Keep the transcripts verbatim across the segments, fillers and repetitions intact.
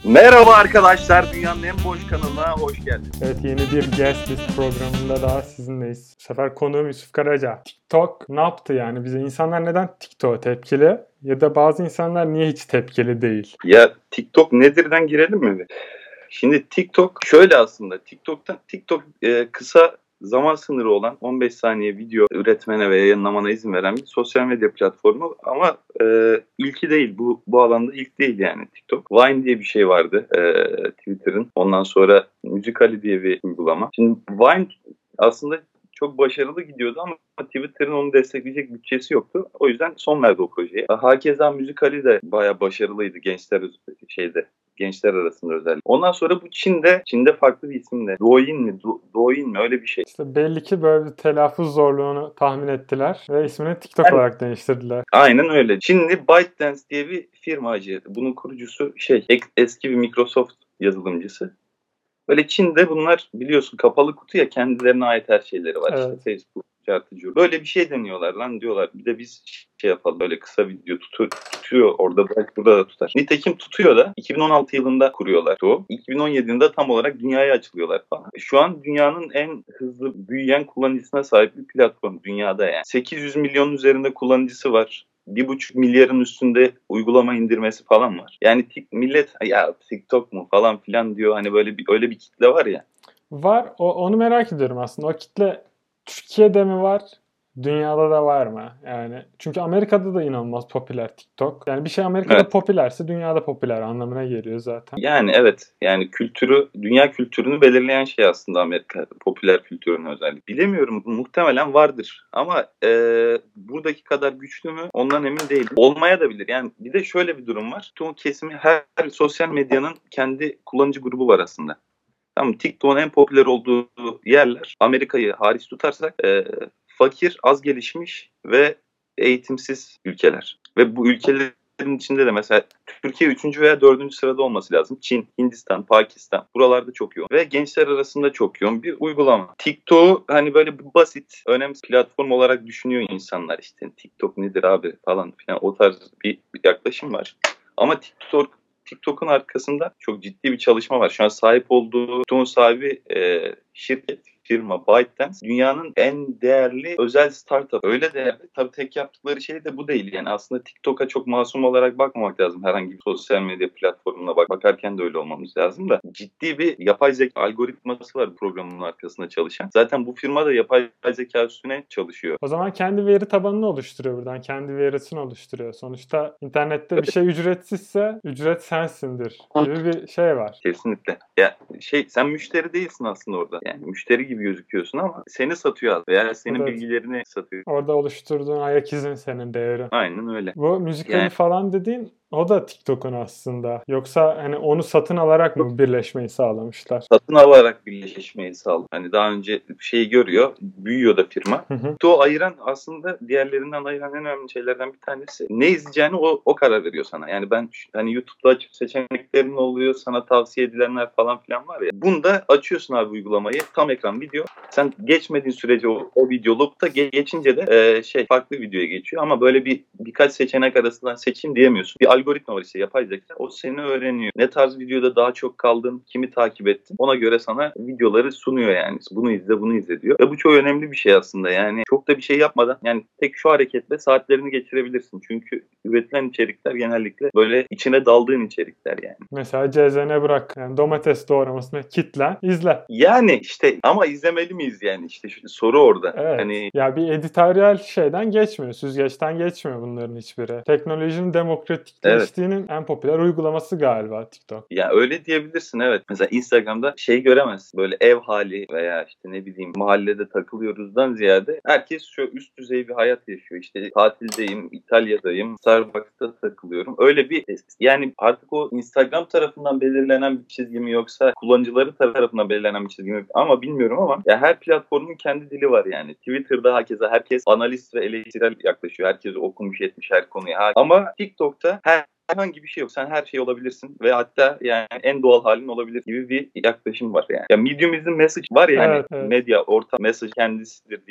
Merhaba arkadaşlar, dünyanın en boş kanalına hoş geldiniz. Evet, yeni bir Guest List programında daha sizinleyiz. Bu sefer konuğum Yusuf Karaca. TikTok ne yaptı yani? Bize insanlar neden TikTok'a tepkili? Ya da bazı insanlar niye hiç tepkili değil? Ya TikTok nedirden girelim mi? Şimdi TikTok şöyle aslında. TikTok'tan TikTok e, kısa zaman sınırı olan on beş saniye video üretmene ve yayınlamana izin veren bir sosyal medya platformu ama e, ilki değil. Bu bu alanda ilk değil yani TikTok. Vine diye bir şey vardı e, Twitter'ın. Ondan sonra Musical.ly diye bir uygulama. Şimdi Vine aslında çok başarılı gidiyordu ama Twitter'ın onu destekleyecek bütçesi yoktu. O yüzden son verdi o projeye. Hakeza Musical.ly de bayağı başarılıydı gençler şeyde. Gençler arasında özellikle. Ondan sonra bu Çin'de, Çin'de farklı bir isimle. Douyin mi? Do, Douyin mi? Öyle bir şey. İşte belli ki böyle bir telaffuz zorluğunu tahmin ettiler ve ismini TikTok yani, olarak değiştirdiler. Aynen öyle. Çinli ByteDance diye bir firma acı. Bunun kurucusu şey eski bir Microsoft yazılımcısı. Böyle Çin'de bunlar biliyorsun kapalı kutu ya, kendilerine ait her şeyleri var. Evet. İşte Facebook, çarpıcı. Böyle bir şey deniyorlar lan diyorlar. Bir de biz şey yapalım, böyle kısa video tutu, tutuyor orada, belki burada da tutar. Nitekim tutuyor da iki bin on altı yılında kuruyorlar o. iki bin on yedi yılında tam olarak dünyaya açılıyorlar falan. Şu an dünyanın en hızlı büyüyen kullanıcısına sahip bir platform dünyada yani. sekiz yüz milyonun üzerinde kullanıcısı var. Bir buçuk milyarın üstünde uygulama indirmesi falan var. Yani millet ya TikTok mu falan filan diyor. Hani böyle bir öyle bir kitle var ya. Var. O, onu merak ediyorum aslında. O kitle Türkiye'de mi var? Dünyada da var mı? Yani çünkü Amerika'da da inanılmaz popüler TikTok. Yani bir şey Amerika'da evet. popülerse dünyada popüler anlamına geliyor zaten. Yani evet. Yani kültürü, dünya kültürünü belirleyen şey aslında Amerika popüler kültürünü özellikle. Bilemiyorum. Muhtemelen vardır. Ama e, buradaki kadar güçlü mü? Ondan emin değilim. Olmaya da bilir. Yani bir de şöyle bir durum var. Tüm kesimi, her sosyal medyanın kendi kullanıcı grubu var aslında. Tamam, TikTok'un en popüler olduğu yerler, Amerika'yı hariç tutarsak, e, fakir, az gelişmiş ve eğitimsiz ülkeler. Ve bu ülkelerin içinde de mesela Türkiye üçüncü veya dördüncü sırada olması lazım. Çin, Hindistan, Pakistan. Buralarda çok yoğun. Ve gençler arasında çok yoğun bir uygulama. TikTok'u hani böyle basit, önemli platform olarak düşünüyor insanlar işte. TikTok nedir abi falan filan, o tarz bir, bir yaklaşım var. Ama TikTok TikTok'un arkasında çok ciddi bir çalışma var. Şu an sahip olduğu TikTok'un sahibi e, şirket, firma ByteDance dünyanın en değerli özel startup. Öyle değerli. Tabii tek yaptıkları şey de bu değil. Yani aslında TikTok'a çok masum olarak bakmamak lazım. Herhangi bir sosyal medya platformuna bak bakarken de öyle olmamız lazım da. Ciddi bir yapay zeka algoritması var bu programın arkasında çalışan. Zaten bu firma da yapay zeka üstüne çalışıyor. O zaman kendi veri tabanını oluşturuyor buradan. Kendi verisini oluşturuyor. Sonuçta internette bir şey ücretsizse ücret sensindir gibi bir şey var. Kesinlikle. Ya şey, sen müşteri değilsin aslında orada. Yani müşteri gibi gözüküyorsun ama seni satıyor veya senin evet. bilgilerini satıyor. Orada oluşturduğun ayak izin senin değeri. Aynen öyle. Bu Musical.ly yani falan dediğin o da TikTok'un aslında. Yoksa hani onu satın alarak mı birleşmeyi sağlamışlar? Satın alarak birleşmeyi sağladı. Hani daha önce şeyi görüyor, büyüyor da firma. TikTok'u ayıran, aslında diğerlerinden ayıran en önemli şeylerden bir tanesi, ne izleyeceğini o, o karar veriyor sana. Yani ben hani YouTube'da açıp seçeneklerin oluyor, sana tavsiye edilenler falan filan var ya. Bunda açıyorsun abi uygulamayı, tam ekran video. Sen geçmediğin sürece o, o video loop'ta geçince de e, şey farklı videoya geçiyor ama böyle bir birkaç seçenek arasından seçeyim diyemiyorsun. Bir algoritma var işte, yapay zeka. O seni öğreniyor. Ne tarz videoda daha çok kaldın, kimi takip ettin. Ona göre sana videoları sunuyor yani. Bunu izle, bunu izle diyor. Ve bu çok önemli bir şey aslında. Yani çok da bir şey yapmadan, yani tek şu hareketle saatlerini geçirebilirsin. Çünkü üretilen içerikler genellikle böyle içine daldığın içerikler yani. Mesela cezene bırak. Yani domates doğramasını kitlen, izle. Yani işte ama izlemeli miyiz yani? İşte şu, soru orada. Evet. Hani... Ya bir editoryal şeyden geçmiyor. Süzgeçten geçmiyor bunların hiçbiri. Teknolojinin demokratikleştiğinin evet. en popüler uygulaması galiba TikTok. Ya öyle diyebilirsin, evet. Mesela Instagram'da şey göremezsin. Böyle ev hali veya işte ne bileyim mahallede takılıyoruzdan ziyade herkes şu üst düzey bir hayat yaşıyor. İşte tatildeyim, İtalya'dayım, Starbucks'ta takılıyorum. Öyle bir, yani artık o Instagram tarafından belirlenen bir çizgi mi yoksa kullanıcıları tarafından belirlenen bir çizgi mi ama bilmiyorum ama ya her platformun kendi dili var yani. Twitter'da hakeza herkes analist ve eleştirel yaklaşıyor. Herkes okumuş etmiş her konuya. Ama TikTok'ta her herhangi bir şey yok. Sen her şey olabilirsin ve hatta yani en doğal halin olabilir gibi bir yaklaşım var yani. Ya Medium is the message var ya, evet, hani evet. medya orta mesaj kendisidir diye bir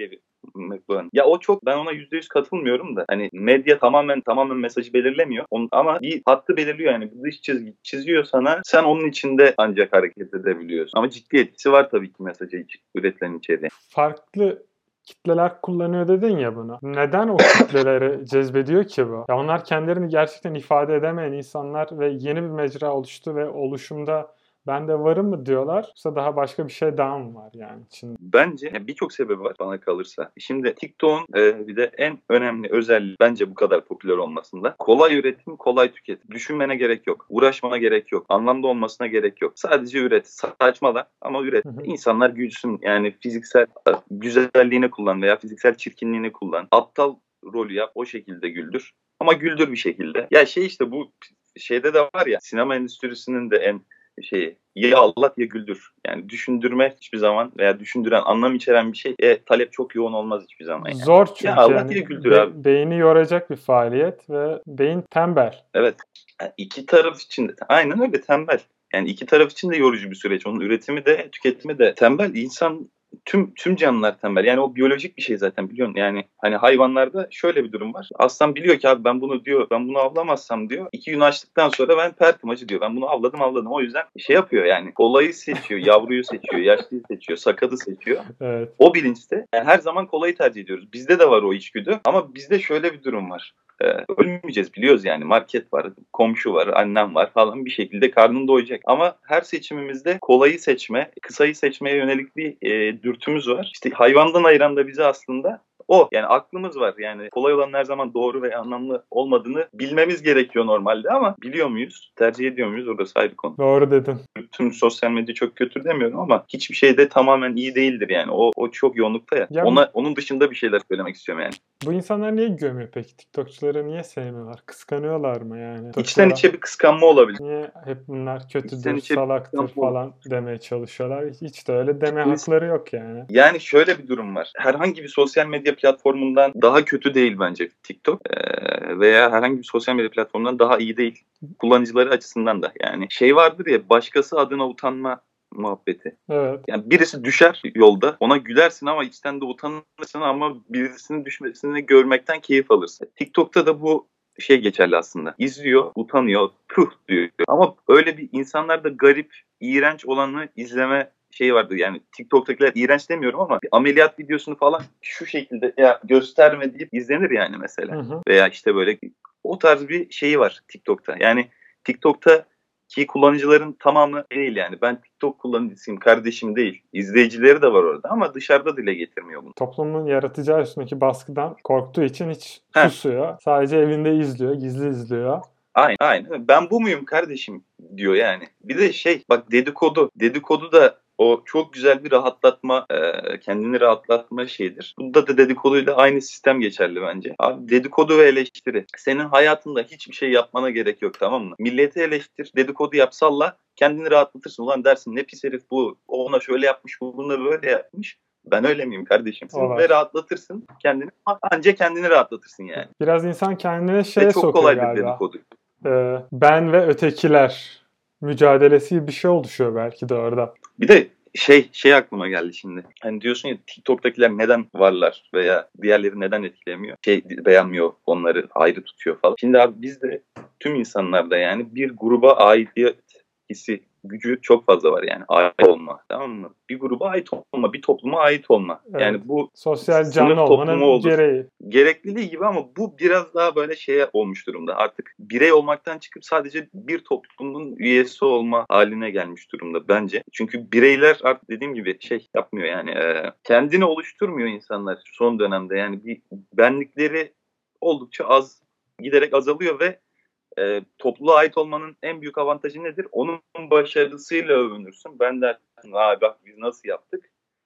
McLuhan. Ya o çok, ben ona yüzde yüz katılmıyorum da. Hani medya tamamen tamamen mesajı belirlemiyor. Onun, ama bir hattı belirliyor yani. Bir dış çizgi çiziyor sana. Sen onun içinde ancak hareket edebiliyorsun. Ama ciddi etkisi var tabii ki mesajı üretilen içeriği. Farklı kitleler kullanıyor dedin ya bunu. Neden o kitleleri cezbediyor ki bu? Ya onlar kendilerini gerçekten ifade edemeyen insanlar ve yeni bir mecra oluştu ve oluşumda ben de varım mı diyorlar. Yoksa daha başka bir şey daha mı var yani? Şimdi... Bence yani birçok sebebi var bana kalırsa. Şimdi TikTok'un e, bir de en önemli özelliği bence bu kadar popüler olmasında. Kolay üretim, kolay tüketim. Düşünmene gerek yok. Uğraşmana gerek yok. Anlamda olmasına gerek yok. Sadece üret. Saçmala ama üret. Hı hı. İnsanlar gülsün. Yani fiziksel güzelliğini kullan veya fiziksel çirkinliğini kullan. Aptal rolü yap. O şekilde güldür. Ama güldür bir şekilde. Ya şey işte bu şeyde de var ya, sinema endüstrisinin de en şeyi, ya ağlat ya güldür. Yani düşündürme hiçbir zaman veya düşündüren, anlam içeren bir şey e, talep çok yoğun olmaz hiçbir zaman. Yani. Zor çünkü. Ya ağlat yani ya güldür be- abi. Beyni yoracak bir faaliyet ve beyin tembel. Evet. Yani iki taraf için de aynen öyle, tembel. Yani iki taraf için de yorucu bir süreç. Onun üretimi de tüketimi de tembel. İnsan Tüm tüm canlılar tembel. Yani o biyolojik bir şey zaten, biliyorsun. Yani hani hayvanlarda şöyle bir durum var. Aslan biliyor ki abi ben bunu diyor, ben bunu avlamazsam diyor, iki gün açtıktan sonra ben pertim acı diyor. Ben bunu avladım avladım. O yüzden şey yapıyor yani. Kolayı seçiyor, yavruyu seçiyor, yaşlıyı seçiyor, sakadı seçiyor. Evet. O bilinçte yani her zaman kolayı tercih ediyoruz. Bizde de var o içgüdü ama bizde şöyle bir durum var. Ee, ölmeyeceğiz biliyoruz yani, market var, komşu var, annem var falan, bir şekilde karnın doyacak. Ama her seçimimizde kolayı seçme, kısayı seçmeye yönelik bir e, dürtümüz var. İşte hayvandan ayıran da bizi aslında o. Yani aklımız var. Yani kolay olan her zaman doğru ve anlamlı olmadığını bilmemiz gerekiyor normalde ama biliyor muyuz? Tercih ediyor muyuz? Orası ayrı konu. Doğru dedin. Tüm sosyal medya çok kötü demiyorum ama hiçbir şey de tamamen iyi değildir yani. O o çok yoğunlukta ya. ya Ona bu, onun dışında bir şeyler söylemek istiyorum yani. Bu insanlar niye gömüyor peki? TikTokçuları niye sevmiyorlar? Kıskanıyorlar mı yani? İçten içe bir kıskanma olabilir. Niye hep bunlar kötüdür, salaktır falan demeye çalışıyorlar? Hiç de öyle deme Biz, hakları yok yani. Yani şöyle bir durum var. Herhangi bir sosyal medya platformundan daha kötü değil bence TikTok. Ee, veya herhangi bir sosyal medya platformundan daha iyi değil. Kullanıcıları açısından da yani. Şey vardır ya, başkası adına utanma muhabbeti. Evet. Yani birisi düşer yolda, ona gülersin ama içten de utanırsın ama birisinin düşmesini görmekten keyif alırsın. TikTok'ta da bu şey geçerli aslında. İzliyor, utanıyor, puh diyor. Ama öyle bir insanlarda garip, iğrenç olanı izleme şeyi vardı. Yani TikTok'takiler iğrenç demiyorum ama bir ameliyat videosunu falan şu şekilde ya gösterme deyip izlenir yani mesela. Hı hı. Veya işte böyle o tarz bir şeyi var TikTok'ta. Yani TikTok'ta ki kullanıcıların tamamı değil yani. Ben TikTok kullanıcısıyım, kardeşim değil. İzleyicileri de var orada ama dışarıda dile getirmiyor bunu. Toplumun yaratacağı üstündeki baskıdan korktuğu için hiç Heh. susuyor. Sadece evinde izliyor, gizli izliyor. Aynen, aynen. Ben bu muyum kardeşim diyor yani. Bir de şey bak, dedikodu. Dedikodu da o çok güzel bir rahatlatma, kendini rahatlatma şeyidir. Bunda da dedikoduyla aynı sistem geçerli bence. Abi dedikodu ve eleştiri. Senin hayatında hiçbir şey yapmana gerek yok, tamam mı? Milleti eleştir, dedikodu yap, salla, kendini rahatlatırsın. Ulan dersin ne pis herif bu, o ona şöyle yapmış, bu buna böyle yapmış. Ben öyle miyim kardeşim? Ve rahatlatırsın kendini. Ancak kendini rahatlatırsın yani. Biraz insan kendine şeye sokuyor galiba. Çok kolaydır dedikodu. Ee, ben ve ötekiler mücadelesi gibi bir şey oluşuyor belki de orada. Bir de şey şey aklıma geldi şimdi. Hani diyorsun ya, TikTok'takiler neden varlar veya diğerleri neden etkilemiyor? Şey beğenmiyor, onları ayrı tutuyor falan. Şimdi abi bizde tüm insanlarda yani bir gruba aidiyet hissi, gücü çok fazla var yani. Ait olma, tamam mı? Bir gruba ait olma, bir topluma ait olma. Evet. Yani bu sosyal canlı olmanın gereği. Gerekliliği gibi ama bu biraz daha böyle şeye olmuş durumda. Artık birey olmaktan çıkıp sadece bir toplumun üyesi olma haline gelmiş durumda bence. Çünkü bireyler artık dediğim gibi şey yapmıyor yani. E, kendini oluşturmuyor insanlar son dönemde. Yani bir benlikleri oldukça az, giderek azalıyor ve E, topluluğa ait olmanın en büyük avantajı nedir? Onun başarısıyla övünürsün. Ben dersin, aa bak biz nasıl yaptık.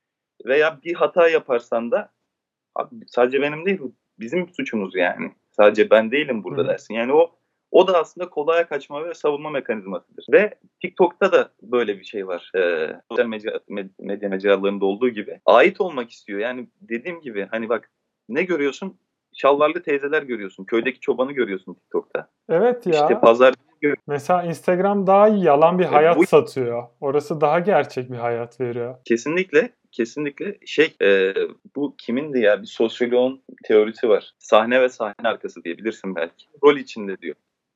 Veya bir hata yaparsan da abi, sadece benim değil, bizim suçumuz yani. Sadece ben değilim burada Hı. dersin. Yani o o da aslında kolaya kaçma ve savunma mekanizmasıdır. Ve TikTok'ta da böyle bir şey var. Ee, sosyal medya, medya mecralarında olduğu gibi. Ait olmak istiyor. Yani dediğim gibi hani bak, ne görüyorsun? Şalvarlı teyzeler görüyorsun. Köydeki çobanı görüyorsun TikTok'ta. Evet ya. İşte pazar. Mesela Instagram daha yalan bir hayat bu... satıyor. Orası daha gerçek bir hayat veriyor. Kesinlikle. kesinlikle şey e, bu kimindi ya, bir sosyoloğun teorisi var. Sahne ve sahne arkası diye, bilirsin belki. Rol içinde diyor.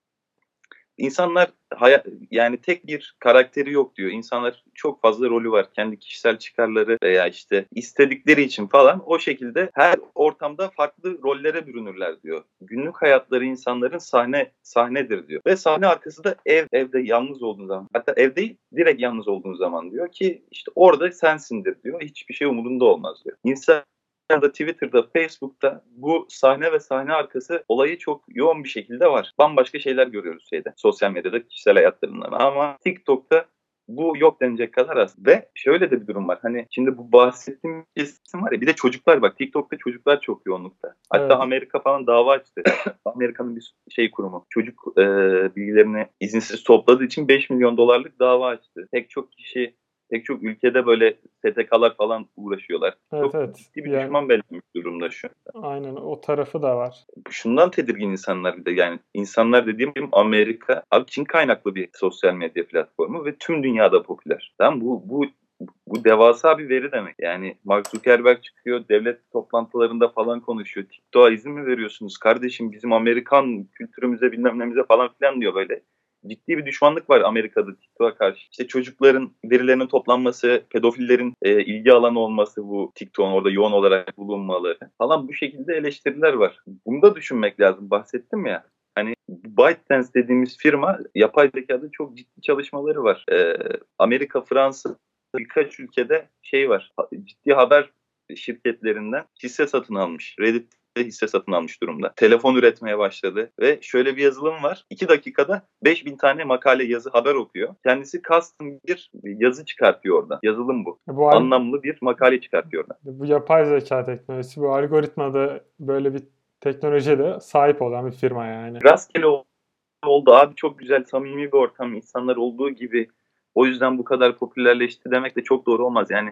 İnsanlar haya- yani tek bir karakteri yok diyor. İnsanlar çok fazla rolü var. Kendi kişisel çıkarları veya işte istedikleri için falan o şekilde her ortamda farklı rollere bürünürler diyor. Günlük hayatları insanların sahne sahnedir diyor. Ve sahne arkası da ev, evde yalnız olduğun zaman. Hatta ev değil, direkt yalnız olduğun zaman diyor ki işte orada sensindir diyor. Hiçbir şey umurunda olmaz diyor. İnsan da Twitter'da, Facebook'ta bu sahne ve sahne arkası olayı çok yoğun bir şekilde var. Bambaşka şeyler görüyoruz şeyde, sosyal medyada, kişisel hayatlarından. Ama TikTok'ta bu yok denecek kadar az. Ve şöyle de bir durum var. Hani şimdi bu bahsettiğim kesim var ya, bir de çocuklar bak. TikTok'ta çocuklar çok yoğunlukta. Hatta evet. Amerika falan dava açtı. Amerika'nın bir şey kurumu. Çocuk e, bilgilerini izinsiz topladığı için beş milyon dolarlık dava açtı. Pek çok kişi Pek çok ülkede böyle S T K'lar falan uğraşıyorlar. Evet, çok evet. ciddi bir yani, düşman belirlemiş durumda şu anda. Aynen, o tarafı da var. Şundan tedirgin insanlar bir de, yani insanlar dediğim Amerika, abi Çin kaynaklı bir sosyal medya platformu ve tüm dünyada popüler. Tamam, bu bu bu devasa bir veri demek. Yani Mark Zuckerberg çıkıyor, devlet toplantılarında falan konuşuyor. TikTok'a izin mi veriyorsunuz kardeşim, bizim Amerikan kültürümüze bilmem nemize falan filan diyor böyle. Ciddi bir düşmanlık var Amerika'da TikTok'a karşı. İşte çocukların verilerinin toplanması, pedofillerin e, ilgi alanı olması, bu TikTok'un orada yoğun olarak bulunmaları falan, bu şekilde eleştiriler var. Bunu da düşünmek lazım. Bahsettim ya. Hani ByteDance dediğimiz firma yapay zekada çok ciddi çalışmaları var. E, Amerika, Fransa, birkaç ülkede şey var. Ciddi haber şirketlerinden hisse satın almış. Reddit hisse satın almış durumda. Telefon üretmeye başladı ve şöyle bir yazılım var. iki dakikada beş bin tane makale, yazı, haber okuyor. Kendisi custom bir yazı çıkartıyor oradan. Yazılım bu. bu Anlamlı bir makale çıkartıyor oradan. Bu yapay zeka teknolojisi, bu algoritmada böyle bir teknolojiye de sahip olan bir firma yani. Rastgele oldu abi, çok güzel, samimi bir ortam, insanlar olduğu gibi. O yüzden bu kadar popülerleşti demek de çok doğru olmaz. Yani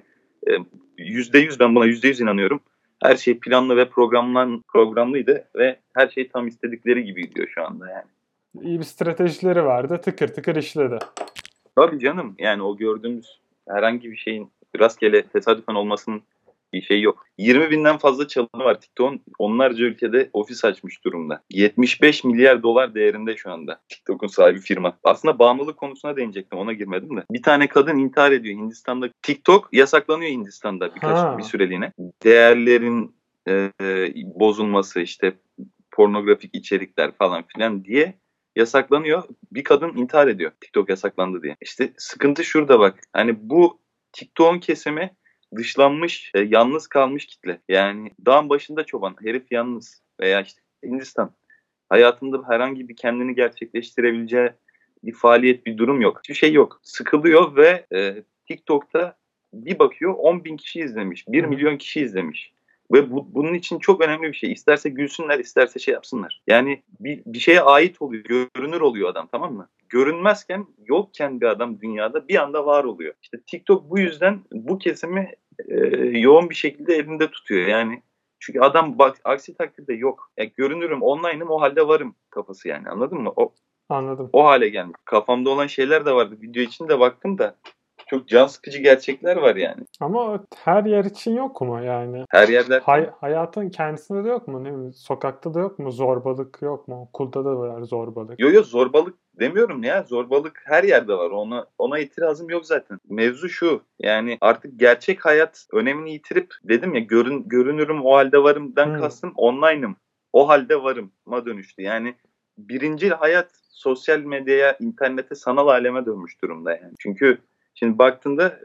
yüzde yüz ben buna yüzde yüz inanıyorum. Her şey planlı ve programlan, programlıydı ve her şey tam istedikleri gibi gidiyor şu anda yani. İyi bir stratejileri vardı, tıkır tıkır işledi. Tabii canım, yani o gördüğümüz herhangi bir şeyin rastgele tesadüfen olmasının bir şey yok. yirmi binden fazla çalanı var TikTok'un. Onlarca ülkede ofis açmış durumda. yetmiş beş milyar dolar değerinde şu anda TikTok'un sahibi firma. Aslında bağımlılık konusuna değinecektim, ona girmedim de. Bir tane kadın intihar ediyor Hindistan'da. TikTok yasaklanıyor Hindistan'da birkaç ha. bir süreliğine. Değerlerin e, bozulması, işte pornografik içerikler falan filan diye yasaklanıyor. Bir kadın intihar ediyor TikTok yasaklandı diye. İşte sıkıntı şurada bak. Hani bu TikTok'un kesimi dışlanmış, e, yalnız kalmış kitle. Yani dağın başında çoban, herif yalnız. Veya işte Hindistan. Hayatında herhangi bir kendini gerçekleştirebileceği bir faaliyet, bir durum yok. Hiçbir şey yok. Sıkılıyor ve e, TikTok'ta bir bakıyor on bin kişi izlemiş. bir milyon kişi izlemiş. Ve bu, bunun için çok önemli bir şey. İsterse gülsünler, isterse şey yapsınlar. Yani bir, bir şeye ait oluyor, görünür oluyor adam, tamam mı? Görünmezken, yokken bir adam dünyada bir anda var oluyor. İşte TikTok bu yüzden bu kesimi e, yoğun bir şekilde elinde tutuyor. Yani çünkü adam bak, aksi takdirde yok. Yani görünürüm, online'ım, o halde varım kafası yani, anladın mı? O, Anladım. O hale gelmiş. Kafamda olan şeyler de vardı. Video için de baktım da çok can sıkıcı gerçekler var yani. Ama her yer için yok mu yani? Her yerde. Hay- hayatın kendisinde de yok mu? Ne mi? Sokakta da yok mu? Zorbalık yok mu? Okulda da var zorbalık. Yok yok, zorbalık demiyorum ya. Zorbalık her yerde var. Ona ona itirazım yok zaten. Mevzu şu. Yani artık gerçek hayat önemini yitirip, dedim ya, görün, görünürüm, o halde varımdan hmm. kastım online'ım. O halde varım'a dönüştü. Yani birincil hayat sosyal medyaya, internete, sanal aleme dönmüş durumda yani. Çünkü şimdi baktığında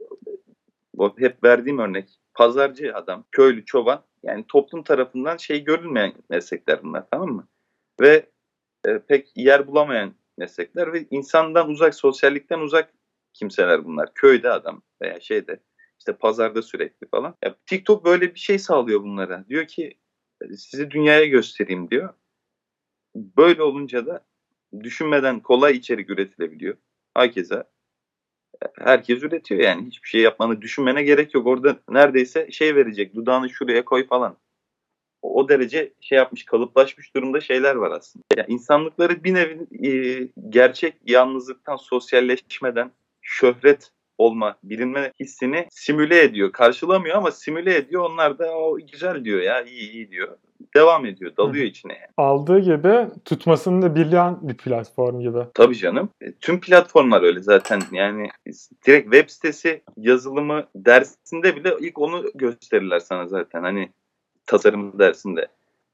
hep verdiğim örnek, pazarcı adam, köylü, çoban, yani toplum tarafından şey görülmeyen meslekler bunlar, tamam mı? Ve e, pek yer bulamayan meslekler ve insandan uzak, sosyallikten uzak kimseler bunlar. Köyde adam veya şeyde, işte pazarda sürekli falan. Ya, TikTok böyle bir şey sağlıyor bunlara. Diyor ki sizi dünyaya göstereyim diyor. Böyle olunca da düşünmeden kolay içerik üretilebiliyor. Herkese Herkes üretiyor yani. Hiçbir şey yapmanı, düşünmene gerek yok. Orada neredeyse şey verecek, dudağını şuraya koy falan. O, o derece şey yapmış, kalıplaşmış durumda şeyler var aslında. Yani insanlıkları bir nevi e, gerçek yalnızlıktan, sosyalleşmeden, şöhret olma, bilinme hissini simüle ediyor. Karşılamıyor ama simüle ediyor. Onlar da o güzel diyor ya, iyi iyi diyor. Devam ediyor, dalıyor Hı. içine yani. Aldığı gibi tutmasını da bilen bir platform gibi. Tabii canım. E, tüm platformlar öyle zaten. Yani direkt web sitesi yazılımı dersinde bile ilk onu gösterirler sana zaten. Hani tasarım dersinde.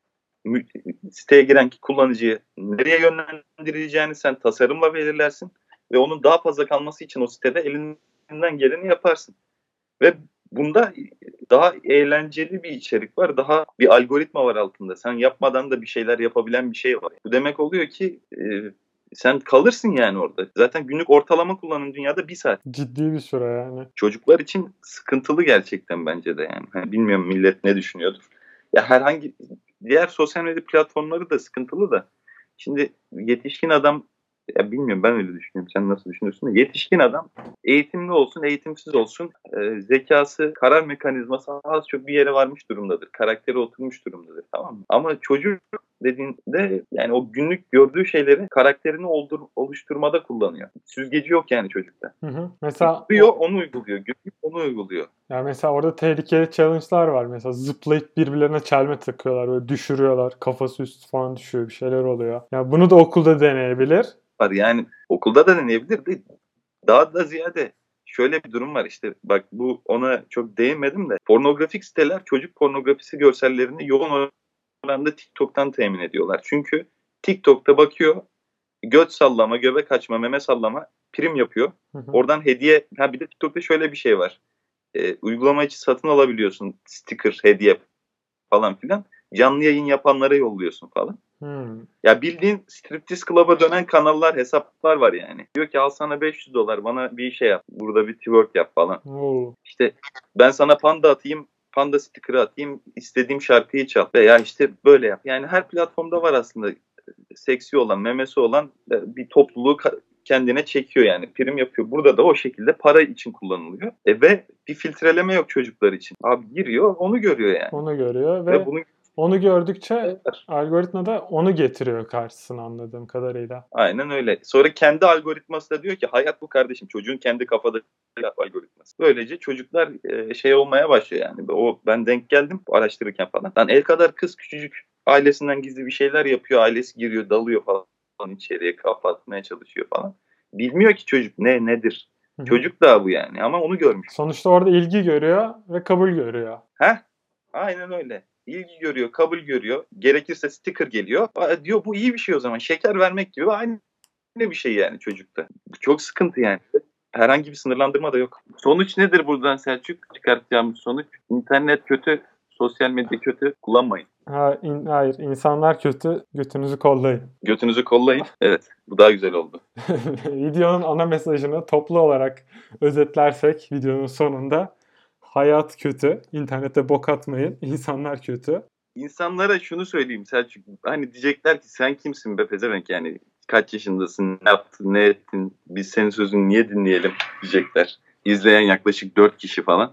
Siteye giren kullanıcıyı nereye yönlendireceğini sen tasarımla belirlersin ve onun daha fazla kalması için o sitede elinden geleni yaparsın. Ve bunda daha eğlenceli bir içerik var. Daha bir algoritma var altında. Sen yapmadan da bir şeyler yapabilen bir şey var. Bu demek oluyor ki e, sen kalırsın yani orada. Zaten günlük ortalama kullanım dünyada bir saat. Ciddi bir süre yani. Çocuklar için sıkıntılı gerçekten bence de yani. Hani bilmiyorum millet ne düşünüyordur. Ya herhangi diğer sosyal medya platformları da sıkıntılı da. Şimdi yetişkin adam, ya bilmiyorum, ben öyle düşünüyorum. Sen nasıl düşünüyorsun da, yetişkin adam eğitimli olsun, eğitimsiz olsun, e, zekası, karar mekanizması az çok bir yere varmış durumdadır. Karakteri oturmuş durumdadır, tamam mı? Ama çocuk dediğinde yani o günlük gördüğü şeyleri karakterini oldur, oluşturmada kullanıyor. Süzgeci yok yani çocukta. Hı hı. Mesela Görüyor, onu uyguluyor. Görüyor, onu uyguluyor. Yani mesela orada tehlikeli challenge'lar var. Mesela zıplayıp birbirlerine çelme takıyorlar. Böyle düşürüyorlar. Kafası üstü falan düşüyor. Bir şeyler oluyor. Yani bunu da okulda deneyebilir. Var yani okulda da deneyebilir de daha da ziyade şöyle bir durum var işte, bak bu ona çok değinmedim de, pornografik siteler çocuk pornografisi görsellerini yoğun oranda TikTok'tan temin ediyorlar. Çünkü TikTok'ta bakıyor, göt sallama, göbek açma, meme sallama prim yapıyor. Hı hı. Oradan hediye, ha bir de TikTok'ta şöyle bir şey var. E, uygulama içi satın alabiliyorsun, sticker, hediye falan filan. Canlı yayın yapanlara yolluyorsun falan. Hmm. Ya bildiğin striptiz club'a dönen kanallar, hesaplar var yani. Diyor ki al sana beş yüz dolar, bana bir şey yap. Burada bir twerk yap falan. Hmm. İşte ben sana panda atayım, panda sticker'ı atayım, istediğim şarkıyı çal. Veya işte böyle yap. Yani her platformda var aslında seksi olan, memesi olan bir topluluğu kendine çekiyor yani. Prim yapıyor. Burada da o şekilde para için kullanılıyor. E ve bir filtreleme yok çocuklar için. Abi giriyor, onu görüyor yani. Onu görüyor ve, ve bunu onu gördükçe evet, algoritma da onu getiriyor karşısına, anladığım kadarıyla. Aynen öyle. Sonra kendi algoritması da diyor ki hayat bu kardeşim. Çocuğun kendi kafada algoritması. Böylece çocuklar e, şey olmaya başlıyor yani. O ben denk geldim araştırırken falan. Lan el kadar kız küçücük ailesinden gizli bir şeyler yapıyor. Ailesi giriyor, dalıyor falan içeriye, kapatmaya çalışıyor falan. Bilmiyor ki çocuk ne nedir. Hı-hı. Çocuk da bu yani ama onu görmüş. Sonuçta orada ilgi görüyor ve kabul görüyor. Heh, aynen öyle. İlgi görüyor, kabul görüyor. Gerekirse sticker geliyor. Aa, diyor bu iyi bir şey o zaman. Şeker vermek gibi aynı bir şey yani çocukta. Çok sıkıntı yani. Herhangi bir sınırlandırma da yok. Sonuç nedir buradan Selçuk? Çıkartacağımız sonuç. İnternet kötü, sosyal medya kötü. Kullanmayın. Ha, in, hayır, insanlar kötü. Götünüzü kollayın. Götünüzü kollayın. Evet, bu daha güzel oldu. Videonun ana mesajını toplu olarak özetlersek videonun sonunda: hayat kötü, internette bok atmayın, insanlar kötü. İnsanlara şunu söyleyeyim Selçuk. Hani diyecekler ki sen kimsin be pezevenk yani. Kaç yaşındasın, ne yaptın, ne ettin, biz senin sözünü niye dinleyelim diyecekler. İzleyen yaklaşık dört kişi falan.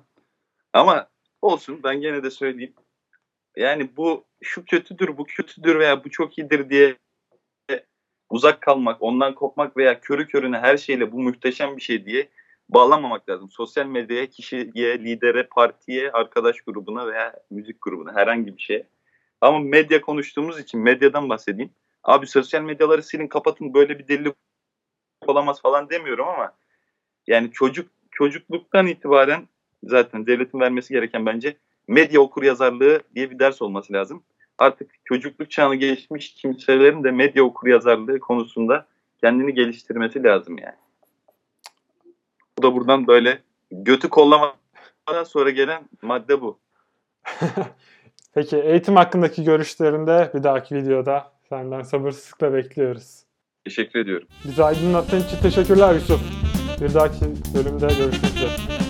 Ama olsun, ben gene de söyleyeyim. Yani bu şu kötüdür, bu kötüdür veya bu çok iyidir diye uzak kalmak, ondan kopmak veya körü körüne her şeyle bu muhteşem bir şey diye bağlanmamak lazım. Sosyal medyaya, kişiye, lidere, partiye, arkadaş grubuna veya müzik grubuna, herhangi bir şeye. Ama medya konuştuğumuz için medyadan bahsedeyim. Abi sosyal medyaları silin, kapatın, böyle bir delilik olamaz falan demiyorum ama yani çocuk çocukluktan itibaren zaten devletin vermesi gereken bence medya okuryazarlığı diye bir ders olması lazım. Artık çocukluk çağını geçmiş kimselerin de medya okuryazarlığı konusunda kendini geliştirmesi lazım yani. Bu da buradan böyle götü kollamadan sonra gelen madde bu. Peki eğitim hakkındaki görüşlerinde bir dahaki videoda senden sabırsızlıkla bekliyoruz. Teşekkür ediyorum. Bizi aydınlattığın için teşekkürler Yusuf. Bir dahaki bölümde görüşmek üzere.